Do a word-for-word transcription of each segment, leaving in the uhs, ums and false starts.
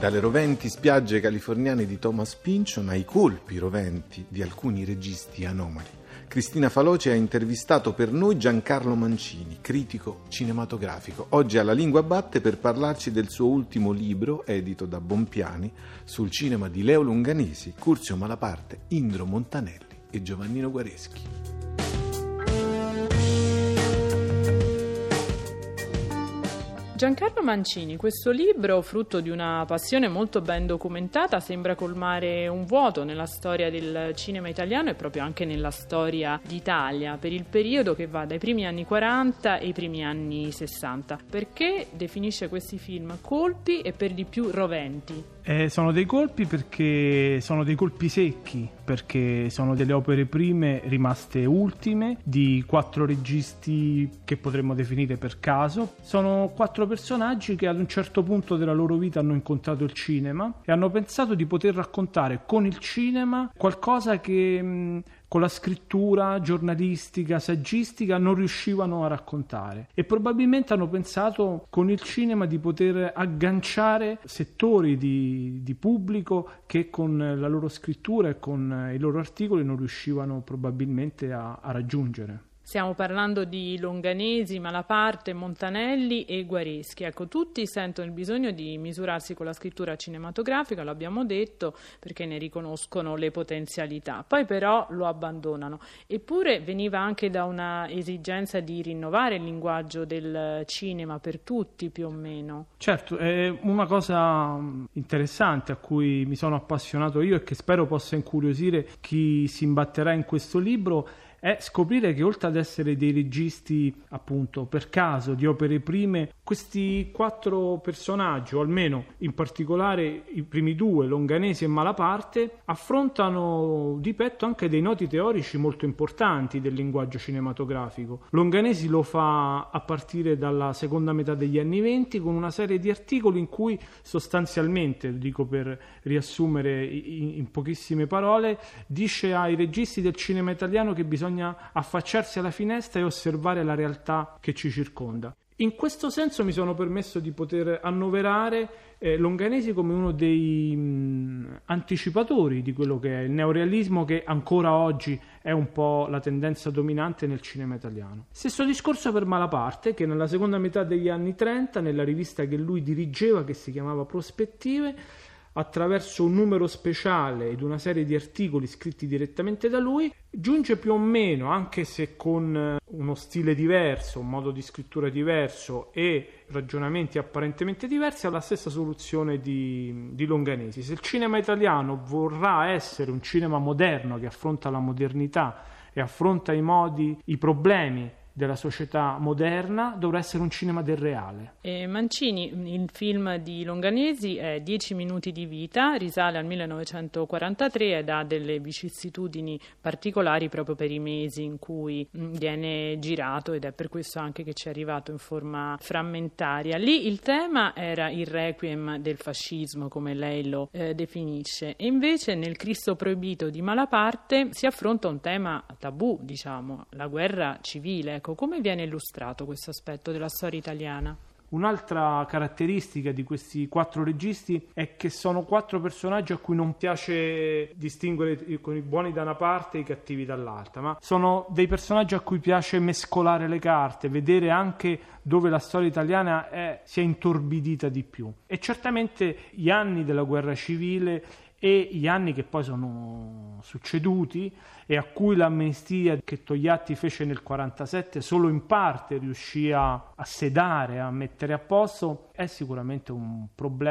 Dalle roventi spiagge californiane di Thomas Pynchon ai colpi roventi di alcuni registi anomali, Cristina Faloci ha intervistato per noi Giancarlo Mancini, critico cinematografico, oggi alla Lingua Batte per parlarci del suo ultimo libro, edito da Bompiani, sul cinema di Leo Longanesi, Curzio Malaparte, Indro Montanelli e Giovannino Guareschi. Giancarlo Mancini, questo libro, frutto di una passione molto ben documentata, sembra colmare un vuoto nella storia del cinema italiano e proprio anche nella storia d'Italia, per il periodo che va dai primi anni quaranta ai primi anni sessanta. Perché definisce questi film colpi e per di più roventi? Eh, sono dei colpi perché sono dei colpi secchi, perché sono delle opere prime rimaste ultime di quattro registi che potremmo definire per caso. Sono quattro personaggi che ad un certo punto della loro vita hanno incontrato il cinema e hanno pensato di poter raccontare con il cinema qualcosa che mh, con la scrittura giornalistica, saggistica non riuscivano a raccontare, e probabilmente hanno pensato con il cinema di poter agganciare settori di, di pubblico che con la loro scrittura e con i loro articoli non riuscivano probabilmente a, a raggiungere. Stiamo parlando di Longanesi, Malaparte, Montanelli e Guareschi. Ecco, tutti sentono il bisogno di misurarsi con la scrittura cinematografica, lo abbiamo detto, perché ne riconoscono le potenzialità. Poi però lo abbandonano. Eppure veniva anche da una esigenza di rinnovare il linguaggio del cinema per tutti, più o meno. Certo, è una cosa interessante a cui mi sono appassionato io e che spero possa incuriosire chi si imbatterà in questo libro, è scoprire che oltre ad essere dei registi appunto per caso di opere prime, questi quattro personaggi, o almeno in particolare i primi due, Longanesi e Malaparte, affrontano di petto anche dei noti teorici molto importanti del linguaggio cinematografico. Longanesi lo fa a partire dalla seconda metà degli anni venti con una serie di articoli in cui sostanzialmente, lo dico per riassumere in, in pochissime parole, dice ai registi del cinema italiano che bisogna affacciarsi alla finestra e osservare la realtà che ci circonda. In questo senso mi sono permesso di poter annoverare eh, Longanesi come uno dei mh, anticipatori di quello che è il neorealismo, che ancora oggi è un po' la tendenza dominante nel cinema italiano. Stesso discorso per Malaparte, che nella seconda metà degli anni trenta, nella rivista che lui dirigeva, che si chiamava Prospettive, attraverso un numero speciale ed una serie di articoli scritti direttamente da lui, giunge più o meno, anche se con uno stile diverso, un modo di scrittura diverso e ragionamenti apparentemente diversi, alla stessa soluzione di, di Longanesi. Se il cinema italiano vorrà essere un cinema moderno che affronta la modernità e affronta i modi, i problemi della società moderna, dovrà essere un cinema del reale. E Mancini, il film di Longanesi è Dieci minuti di vita, risale al millenovecentoquarantatré ed ha delle vicissitudini particolari proprio per i mesi in cui viene girato, ed è per questo anche che ci è arrivato in forma frammentaria. Lì il tema era il requiem del fascismo, come lei lo eh, definisce, e invece nel Cristo proibito di Malaparte si affronta un tema tabù, diciamo, la guerra civile. Come viene illustrato questo aspetto della storia italiana? Un'altra caratteristica di questi quattro registi è che sono quattro personaggi a cui non piace distinguere con i buoni da una parte e i cattivi dall'altra, ma sono dei personaggi a cui piace mescolare le carte, vedere anche dove la storia italiana è, si è intorbidita di più. E certamente gli anni della guerra civile e gli anni che poi sono succeduti e a cui l'amnistia che Togliatti fece nel quarantasette solo in parte riuscì a, a sedare, a mettere a posto, è sicuramente un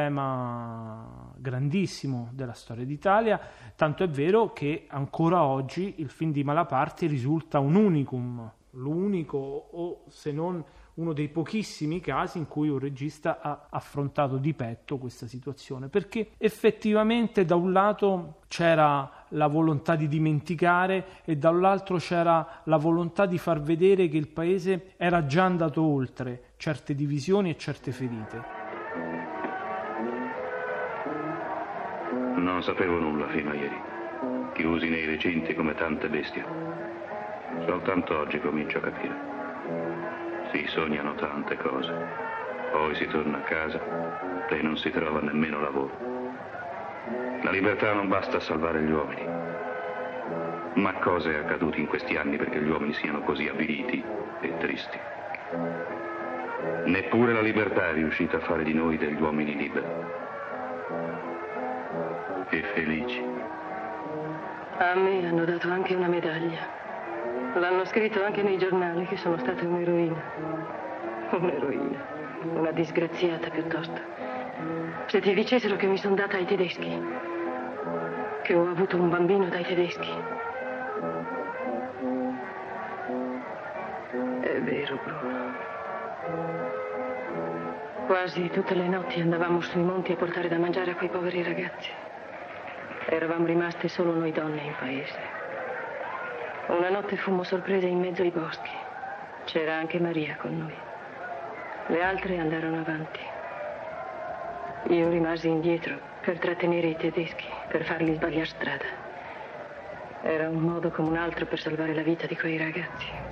problema grandissimo della storia d'Italia, tanto è vero che ancora oggi il film di Malaparte risulta un unicum, l'unico o se non uno dei pochissimi casi in cui un regista ha affrontato di petto questa situazione, perché effettivamente da un lato c'era la volontà di dimenticare e dall'altro c'era la volontà di far vedere che il paese era già andato oltre certe divisioni e certe ferite. Non sapevo nulla fino a ieri. Chiusi nei recinti come tante bestie. Soltanto oggi comincio a capire. Si sognano tante cose. Poi si torna a casa e non si trova nemmeno lavoro. La libertà non basta a salvare gli uomini. Ma cosa è accaduto in questi anni perché gli uomini siano così avviliti e tristi? Neppure la libertà è riuscita a fare di noi degli uomini liberi e felici. A me hanno dato anche una medaglia. L'hanno scritto anche nei giornali che sono stata un'eroina. Un'eroina. Una disgraziata piuttosto. Se ti dicessero che mi sono data ai tedeschi, che ho avuto un bambino dai tedeschi. È vero, Bruno. Quasi tutte le notti andavamo sui monti a portare da mangiare a quei poveri ragazzi. Eravamo rimaste solo noi donne in paese. Una notte fummo sorprese in mezzo ai boschi. C'era anche Maria con noi. Le altre andarono avanti. Io rimasi indietro per trattenere i tedeschi, per farli sbagliare strada. Era un modo come un altro per salvare la vita di quei ragazzi.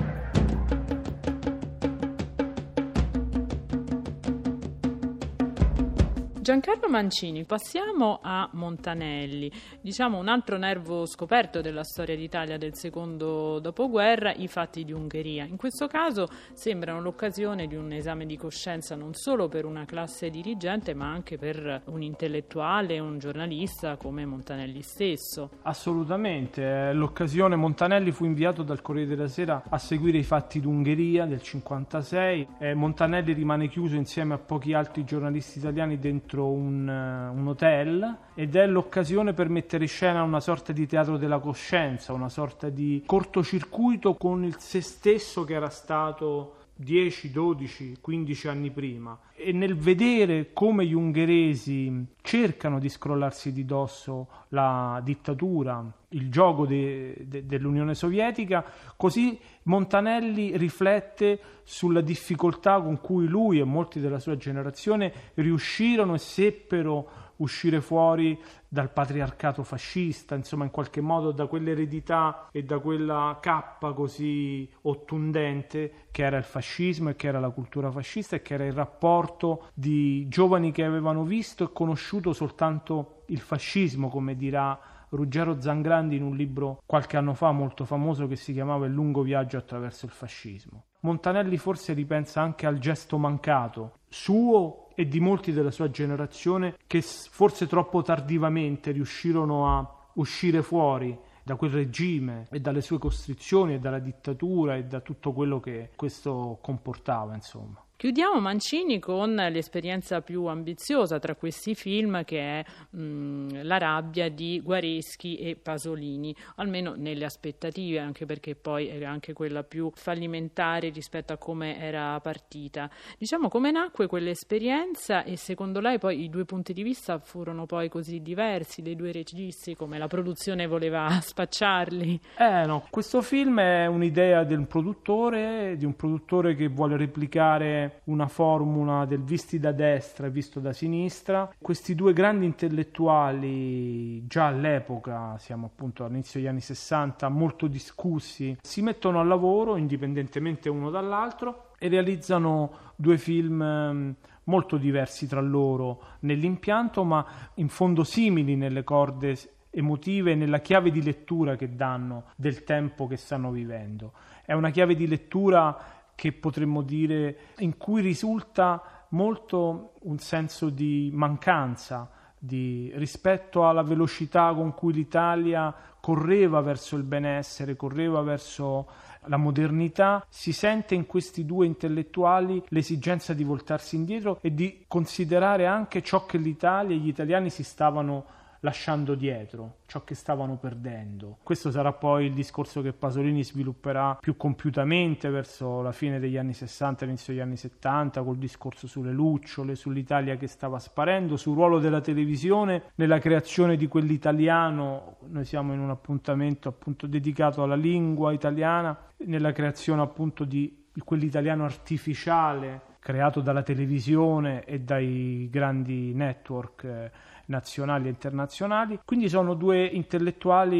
Giancarlo Mancini, passiamo a Montanelli, diciamo un altro nervo scoperto della storia d'Italia del secondo dopoguerra, i fatti di Ungheria. In questo caso sembrano l'occasione di un esame di coscienza non solo per una classe dirigente ma anche per un intellettuale, un giornalista come Montanelli stesso. Assolutamente, l'occasione. Montanelli fu inviato dal Corriere della Sera a seguire i fatti d'Ungheria del cinquantasei. Eh, Montanelli rimane chiuso insieme a pochi altri giornalisti italiani dentro Un, un hotel, ed è l'occasione per mettere in scena una sorta di teatro della coscienza, una sorta di cortocircuito con il se stesso che era stato dieci, dodici, quindici anni prima. E nel vedere come gli ungheresi cercano di scrollarsi di dosso la dittatura, il gioco de, de, dell'Unione Sovietica, così Montanelli riflette sulla difficoltà con cui lui e molti della sua generazione riuscirono e seppero uscire fuori dal patriarcato fascista, insomma in qualche modo da quell'eredità e da quella cappa così ottundente che era il fascismo e che era la cultura fascista e che era il rapporto di giovani che avevano visto e conosciuto soltanto il fascismo, come dirà Ruggero Zangrandi in un libro qualche anno fa molto famoso che si chiamava Il lungo viaggio attraverso il fascismo. Montanelli forse ripensa anche al gesto mancato suo e di molti della sua generazione che forse troppo tardivamente riuscirono a uscire fuori da quel regime e dalle sue costrizioni e dalla dittatura e da tutto quello che questo comportava, insomma. Chiudiamo Mancini con l'esperienza più ambiziosa tra questi film, che è mh, La rabbia di Guareschi e Pasolini, almeno nelle aspettative, anche perché poi era anche quella più fallimentare rispetto a come era partita. Diciamo, come nacque quell'esperienza e secondo lei poi i due punti di vista furono poi così diversi dei due registi, come la produzione voleva spacciarli? Eh no, questo film è un'idea del produttore, di un produttore che vuole replicare una formula del visti da destra e visto da sinistra. Questi due grandi intellettuali, già all'epoca, siamo appunto all'inizio degli anni sessanta, molto discussi, si mettono al lavoro indipendentemente uno dall'altro e realizzano due film molto diversi tra loro nell'impianto, ma in fondo simili nelle corde emotive e nella chiave di lettura che danno del tempo che stanno vivendo. È una chiave di lettura che potremmo dire in cui risulta molto un senso di mancanza di, rispetto alla velocità con cui l'Italia correva verso il benessere, correva verso la modernità. Si sente in questi due intellettuali l'esigenza di voltarsi indietro e di considerare anche ciò che l'Italia e gli italiani si stavano lasciando dietro, ciò che stavano perdendo. Questo sarà poi il discorso che Pasolini svilupperà più compiutamente verso la fine degli anni sessanta, inizio degli anni settanta, col discorso sulle lucciole, sull'Italia che stava sparendo, sul ruolo della televisione nella creazione di quell'italiano. Noi siamo in un appuntamento appunto dedicato alla lingua italiana, nella creazione appunto di quell'italiano artificiale creato dalla televisione e dai grandi network eh, nazionali e internazionali. Quindi sono due intellettuali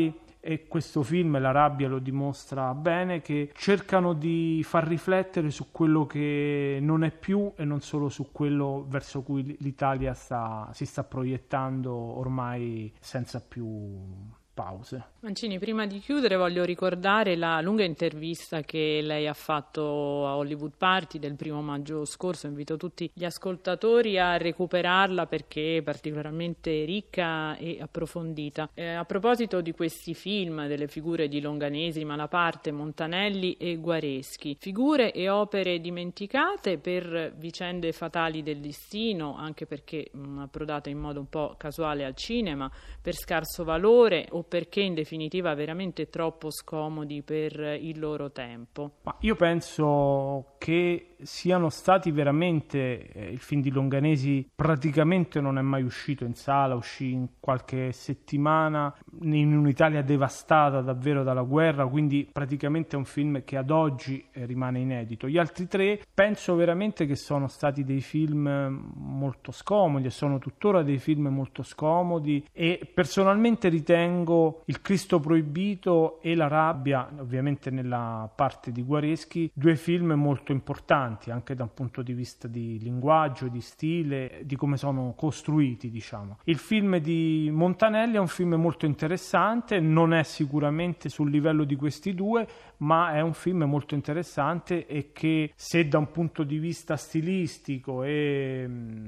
e questo film, La rabbia, lo dimostra bene, che cercano di far riflettere su quello che non è più e non solo su quello verso cui l'Italia sta, si sta proiettando ormai senza più pause. Mancini, prima di chiudere voglio ricordare la lunga intervista che lei ha fatto a Hollywood Party del primo maggio scorso. Invito tutti gli ascoltatori a recuperarla perché è particolarmente ricca e approfondita. Eh, a proposito di questi film, delle figure di Longanesi, Malaparte, Montanelli e Guareschi, figure e opere dimenticate per vicende fatali del destino, anche perché mh, approdate in modo un po' casuale al cinema, per scarso valore o perché in definitiva veramente troppo scomodi per il loro tempo? Ma io penso che siano stati veramente, eh, il film di Longanesi praticamente non è mai uscito in sala, uscì in qualche settimana in un'Italia devastata davvero dalla guerra, quindi praticamente è un film che ad oggi eh, rimane inedito. Gli altri tre penso veramente che sono stati dei film molto scomodi e sono tuttora dei film molto scomodi, e personalmente ritengo Il Cristo proibito e La rabbia, ovviamente nella parte di Guareschi, due film molto importanti anche da un punto di vista di linguaggio, di stile, di come sono costruiti, diciamo. Il film di Montanelli è un film molto interessante, non è sicuramente sul livello di questi due, ma è un film molto interessante e che, se da un punto di vista stilistico e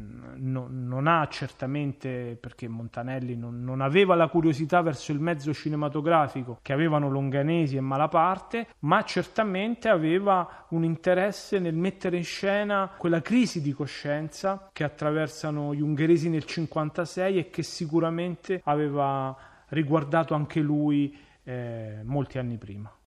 no, non ha certamente, perché Montanelli non, non aveva la curiosità verso il mezzo cinematografico che avevano Longanesi e Malaparte, ma certamente aveva un interesse nel mettere in scena quella crisi di coscienza che attraversano gli ungheresi nel cinquantasei e che sicuramente aveva riguardato anche lui eh, molti anni prima.